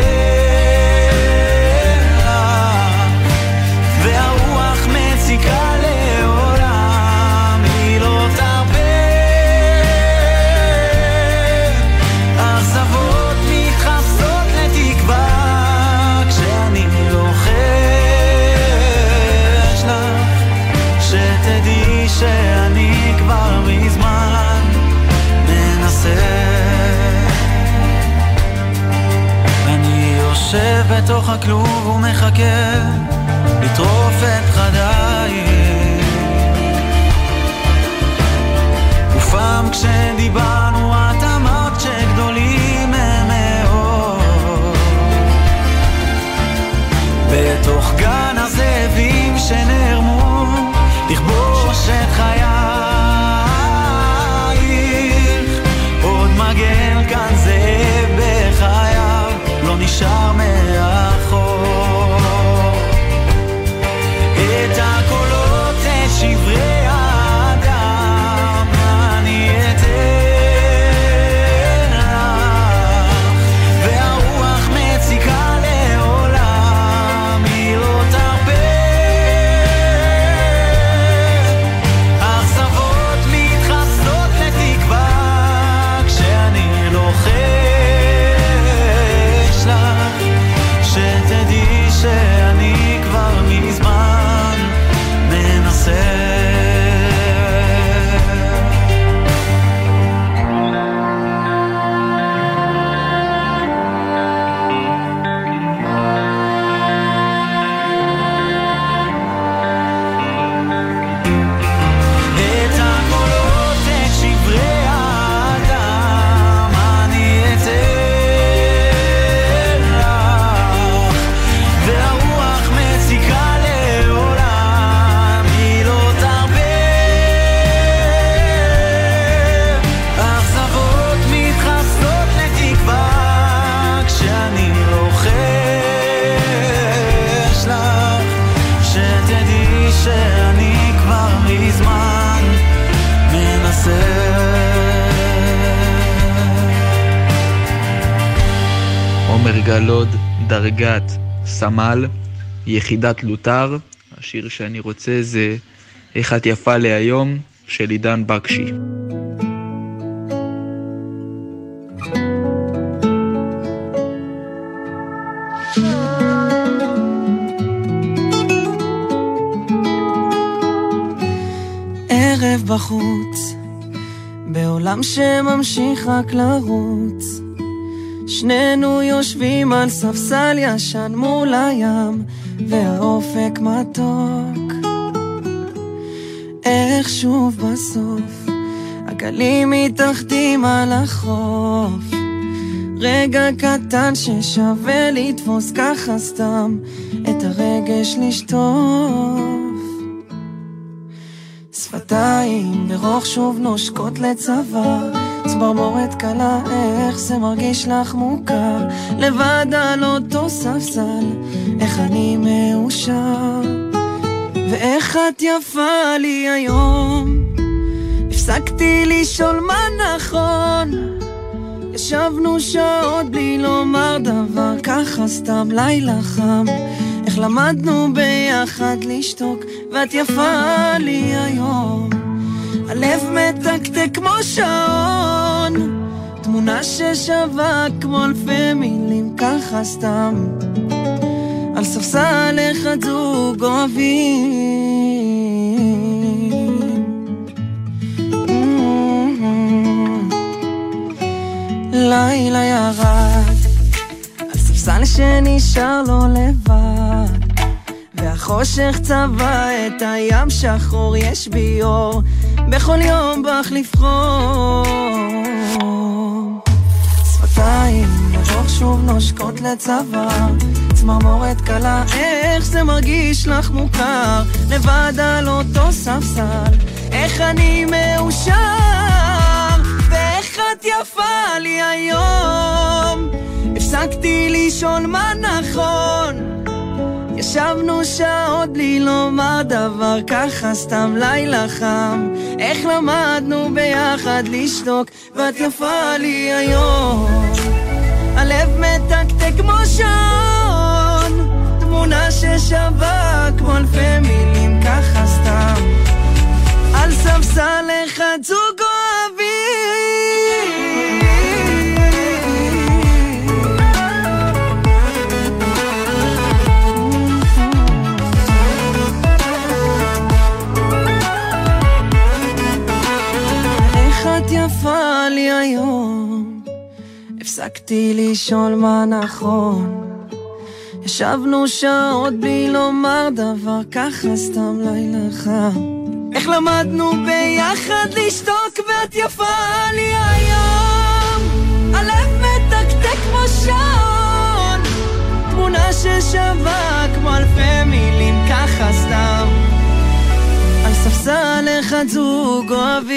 אתן לך, והרוח מציקה לעולם היא לא תרפה, אכזבות מתחפשות לתקווה כשאני לוחש לך, שתדעי שאני כבר מזמן מנסה. אני יושב בתוך הכלוב ומחכה לטרוף את חדיי, ופעם כשדיברנו את אמרת שגדולים הם מאוד, בתוך גן הזאבים שנרמו לכבוש את חייך, עוד מגן כאן זאב בחייו לא נשאר מאחור, את הקולות את שברי האדם אני אתן לך, והרוח מציקה לעולם היא לא תרפה, אכזבות מתחפשות לתקווה כשאני לוחש לך, שתדעי שאני כבר מזמן מנסה. את הקולות את שברי האדם אני אתן לך, והרוח מציקה לעולם היא לא תרפה, אכזבות מתחפשות לתקווה כשאני לוחש לך, שתדעי שאני כבר מזמן מנסה. עומר גלוד, דרגת סמל, יחידת לותר. השיר שאני רוצה זה איך את יפה להיום של עידן בקשי. ערב בחוץ, בעולם שממשיך רק לרוץ, שנינו יושבים על ספסל ישן מול הים, והאופק מתוק. איך שוב בסוף הגלים מתאחדים על החוף, רגע קטן ששווה לתפוס ככה סתם את הרגש לשטוף. שפתיים ברוך שוב נושקות לצבא, צמרמורת קלה, איך זה מרגיש לך מוכר, לבד על אותו ספסל, איך אני מאושר, ואיך את יפה לי היום. הפסקתי לשאול מה נכון, ישבנו שעות בלי לומר דבר, ככה סתם לילה חם, איך למדנו ביחד לשתוק, ואת יפה לי היום. הלב מתקתק כמו שעון, תמונה ששווה כמו אלפי מילים, ככה סתם על ספסל אחד זוג אוהבים. לילה ירד על ספסל שנשאר לו לבד, והחושך צבע את הים שחור, יש בי אור בכל יום בך לבחור. שפתיים ברוך שוב נושקות לצבא, צמרמורת קלה, איך זה מרגיש לך מוכר, לבד על אותו ספסל, איך אני מאושר, ואיך את יפה לי היום. הפסקתי לשאול מה נכון, ישבנו שעות בלי לומר דבר, ככה סתם לילה חם, איך למדנו ביחד לשתוק, ואת יפה לי היום. הלב מתקתק כמו שעון, תמונה ששווה כמו אלפי מילים, ככה סתם על ספסל אחד זוג אוהבים. את יפה לי היום. הפסקתי לשאול מה נכון, ישבנו שעות בלי לומר דבר, ככה סתם לילה חם, איך למדנו ביחד לשתוק, ואת יפה לי היום. הלב מתקתק כמו שעון, תמונה ששווה כמו אלפי מילים, ככה סתם על ספסל אחד זוג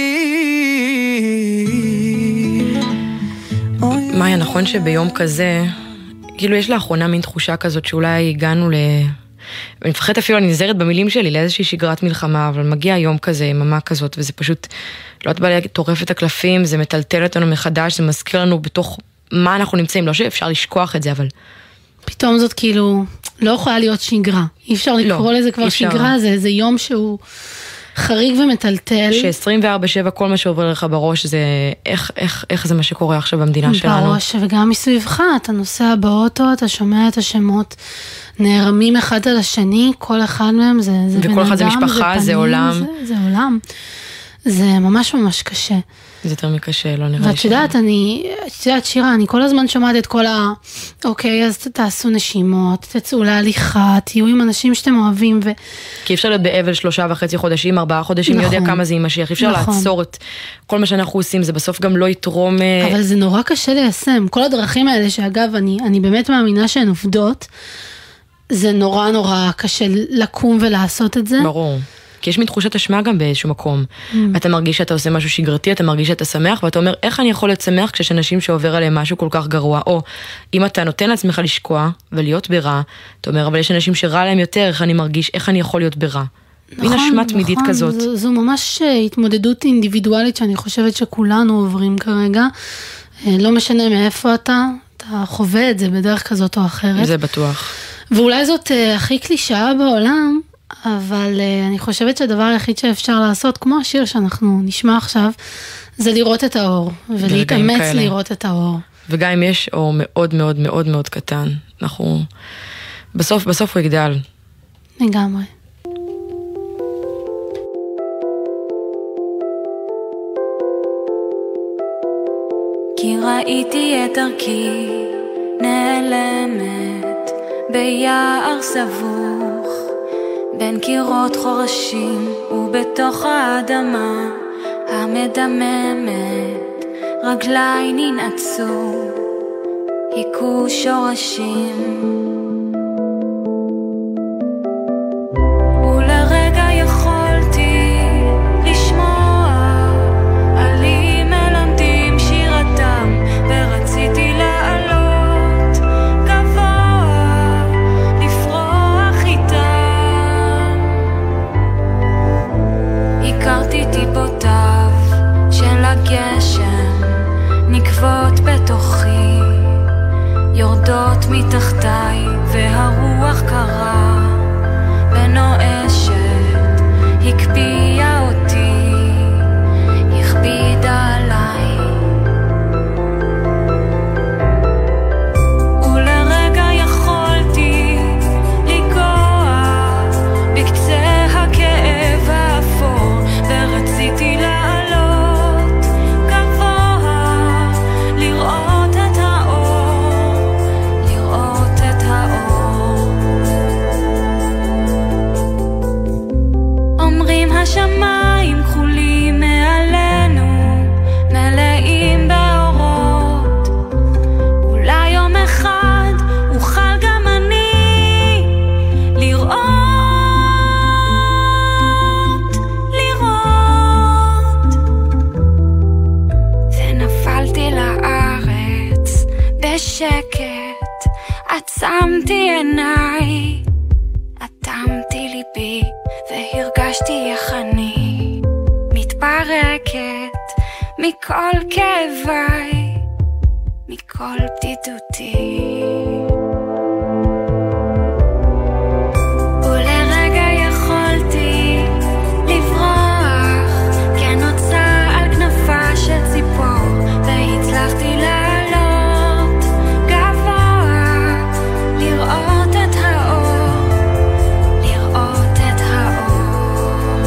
אוהבים. מאיה, נכון שביום כזה, כאילו יש לאחרונה מין תחושה כזאת שאולי הגענו אני מפחדת אפילו, אני נזהרת במילים שלי, לאיזושהי שגרת מלחמה, אבל מגיע יום כזה, יממה כזאת, וזה פשוט, לא יודעת בעלי, טורף את הקלפים, זה מטלטל אותנו מחדש, זה מזכיר לנו בתוך מה אנחנו נמצאים, לא שאפשר לשכוח את זה, אבל פתאום זאת כאילו לא יכולה להיות שגרה, אי אפשר לקרוא לזה כבר שגרה, זה יום שהוא חריג ומטלטל. ש24/7 כל מה שעובר לך בראש זה איך זה מה שקורה עכשיו במדינה שלנו. בראש, וגם מסביבך, אתה נוסע באוטו, אתה שומע את השמות נערמים אחד על השני, כל אחד מהם זה בן אדם, וכל אחד זה משפחה, זה עולם. זה עולם. זה ממש ממש קשה. זה יותר מקשה, לא נראה לי. ואת יודעת, שירה, אני כל הזמן שומעת את כל אוקיי, אז תעשו נשימות, תצאו להליכה, תהיו עם אנשים שאתם אוהבים. כי אפשר להיות באבל 3.5 חודשים, 4 חודשים, נכון. יודע כמה זה יימשך, אפשר נכון. לעצור את כל מה שאנחנו עושים, זה בסוף גם לא יתרום. אבל זה נורא קשה ליישם. כל הדרכים האלה, שאגב, אני באמת מאמינה שהן עובדות, זה נורא נורא קשה לקום ולעשות את זה. ברור. כי יש מתחושת אשמה גם באיזשהו מקום. אתה מרגיש שאתה עושה משהו שגרתי, אתה מרגיש שאתה שמח, ואתה אומר, איך אני יכול להיות שמח כשיש אנשים שעובר עליהם משהו כל כך גרוע? או, אם אתה נותן לעצמך לשקוע ולהיות ברע, אתה אומר, אבל יש אנשים שרע להם יותר, איך אני מרגיש, איך אני יכול להיות ברע? מין אשמה תמידית כזאת. זו ממש התמודדות אינדיבידואלית שאני חושבת שכולנו עוברים כרגע. לא משנה מאיפה אתה חווה את זה בדרך כזאת או אחרת. זה בטוח. ואולי זאת הכי קלישאה בעולם, אבל אני חושבת שהדבר היחיד שאפשר לעשות, כמו השיר שאנחנו נשמע עכשיו, זה לראות את האור, ולהתאמץ לראות את האור. וגם אם יש אור מאוד מאוד מאוד מאוד קטן, אנחנו, בסוף הוא יגדל. לגמרי. כי ראיתי את דרכי נעלמת ביער סבוך בין קירות חורשים ובתוך האדמה המדממת רגליי ננעצו היכו שורשים ולרגע יכולתי לשמוע עלי מלמדים שירתם ורציתי לעלות גבוה לפרוח איתם הכרתי טיפותיו של הגשם נקבות בתוכי יורדות מתחתיי והרוח קרה ונואשת הקפיאה אותי הכבידה עליי ולרגע יכולתי לגוע בקצה הכאב האפור ורציתי לעלות גבוה לראות את האור לראות את האור אומרים השמיים כחולים מעלינו מלאים באורות אולי יום אחד אוכל גם אני לראות ונפלתי לארץ בשקט עצמתי עיניי אטמתי ליבי והרגשתי איך אני מתפרקת מכל כאביי מכל בדידותי ולרגע יכולתי לברוח כן נוצה על כנפה של ציפור והצלחתי לעלות גבוה לראות את האור לראות את האור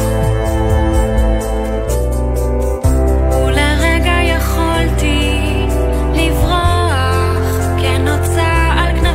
ולרגע יכולתי לברוח כן נוצה על כנפה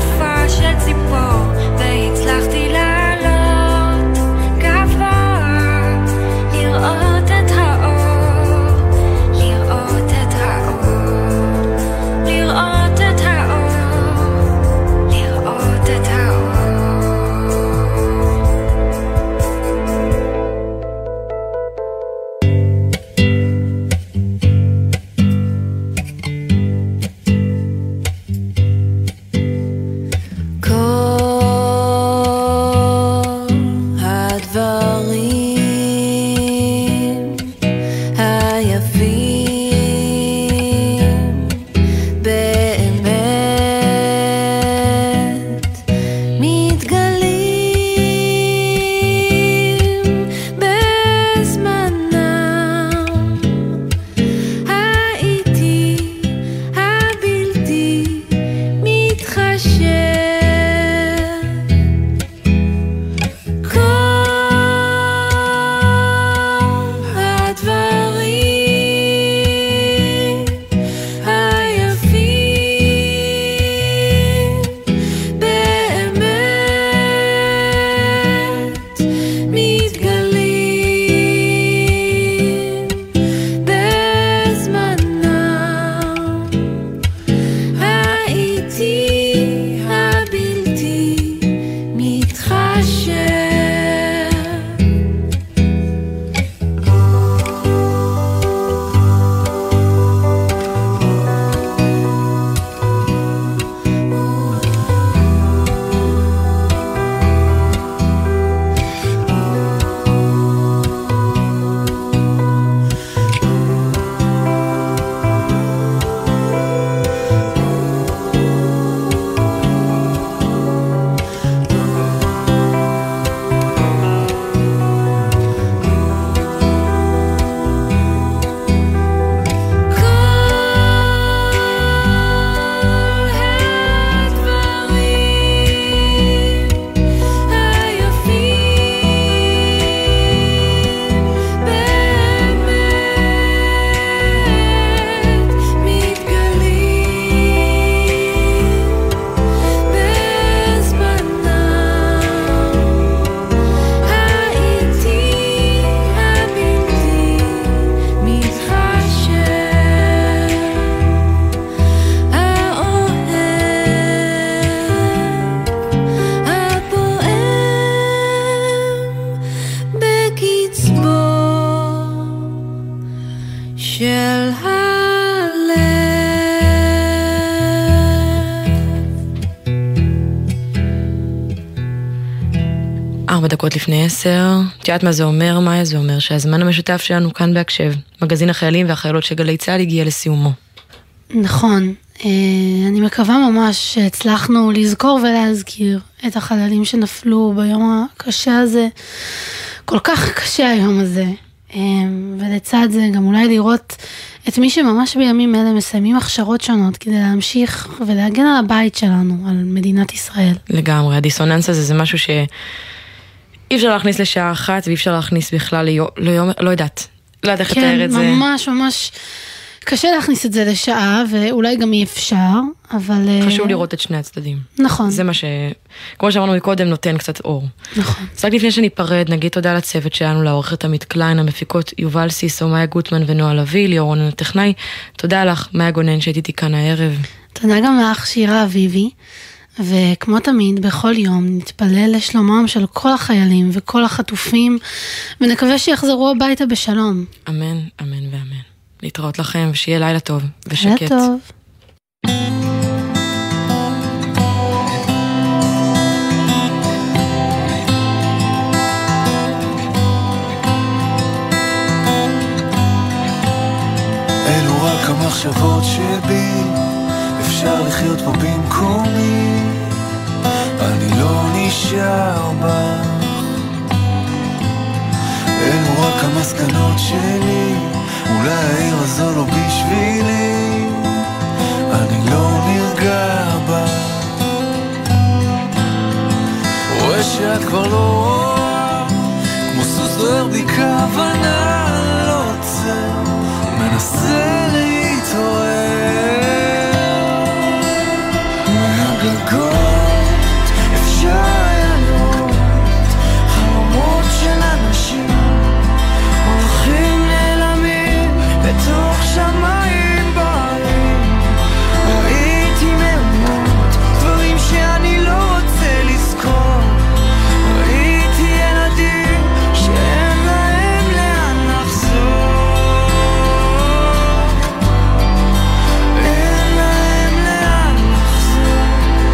מצבור של הלב. 4 דקות לפני 10, את יודעת מה זה אומר, מאיה? זה אומר שהזמן המשותף שלנו כאן בהקשב, מגזין החיילים והחיילות של גלי צה"ל הגיע לסיומו. נכון, אני מקווה ממש שהצלחנו לזכור ולהזכיר את החללים שנפלו ביום הקשה הזה, כל כך קשה היום הזה, ולצד זה גם אולי לראות את מי שממש בימים אלה מסיימים הכשרות שונות כדי להמשיך ולהגן על הבית שלנו, על מדינת ישראל. לגמרי, הדיסוננס הזה זה משהו שאי אפשר להכניס לשעה אחת, ואי אפשר להכניס בכלל ליום, לא יודעת איך לתאר את זה. כן, ממש קשה להכניס את זה לשעה, ואולי גם אי אפשר, אבל חשוב לראות את שני הצדדים. נכון. זה מה כמו שאמרנו מקודם, נותן קצת אור. נכון. אז רק לפני שניפרד, נגיד תודה לצוות שלנו, לעורכת עמית קליין, המפיקות יובל סיסו, מאיה גוטמן ונועה לוי, ליאורון הטכנאי. תודה לך, מאיה גונן, שהייתי איתי כאן הערב. תודה גם לך, שירה אביבי. וכמו תמיד, בכל יום נתפלל לשלומם של כל החיילים וכל החטופים, ונקווה שיחזרו הביתה בשלום. אמן, אמן ואמן. להתראות לכם, ושיהיה לילה טוב ושקט. לילה טוב. אלו רק המחשבות שבי, אפשר לחיות פה במקומי, אני לא נשאר בך. אלו רק המסקנות שלי, אולי העיר הזו לא בשבילי, אני לא נרגע בה. רואה שאת כבר לא רואה, כמו סוס דוהר בי כוונה, לא עוצר, מנסה להתעורר. מהגגות אפשר היה לראות חלומות של אנשים הולכים בתוך שמיים בערים. ראיתי מהומות, דברים שאני לא רוצה לזכור. ראיתי ילדים שאין להם לאן לחזור, אין להם לאן לחזור.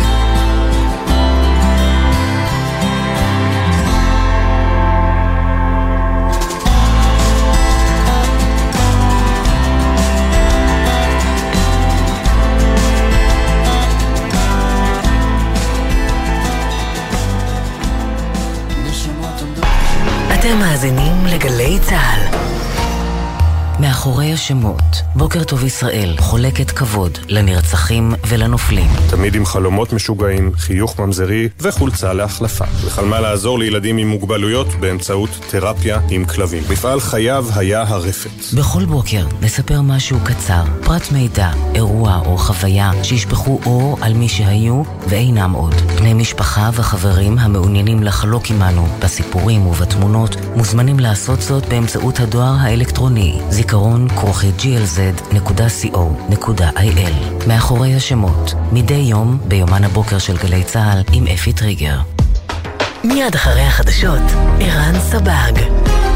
אתם מאזינים לגלי צה"ל. מאחורי השמות, בוקר טוב ישראל חולקת כבוד לנרצחים ולנופלים. תמיד עם חלומות משוגעים, חיוך ממזרי וחולצה להחלפה. וחלמה לעזור לילדים עם מוגבלויות באמצעות תרפיה עם כלבים. מפעל חייו היה הרפת. בכל בוקר נספר משהו קצר, פרט מידע, אירוע או חוויה שישפכו אור על מי שהיו ואינם עוד. בני משפחה וחברים המעוניינים לחלוק עמנו בסיפורים ובתמונות מוזמנים לעשות זאת באמצעות הדואר האלקטרוני זיכרון@glz.co.il. מאחורי השמות, מדי יום ביומן הבוקר של גלי צה"ל עם אפי טריגר. מיד אחרי החדשות, ערן סבג.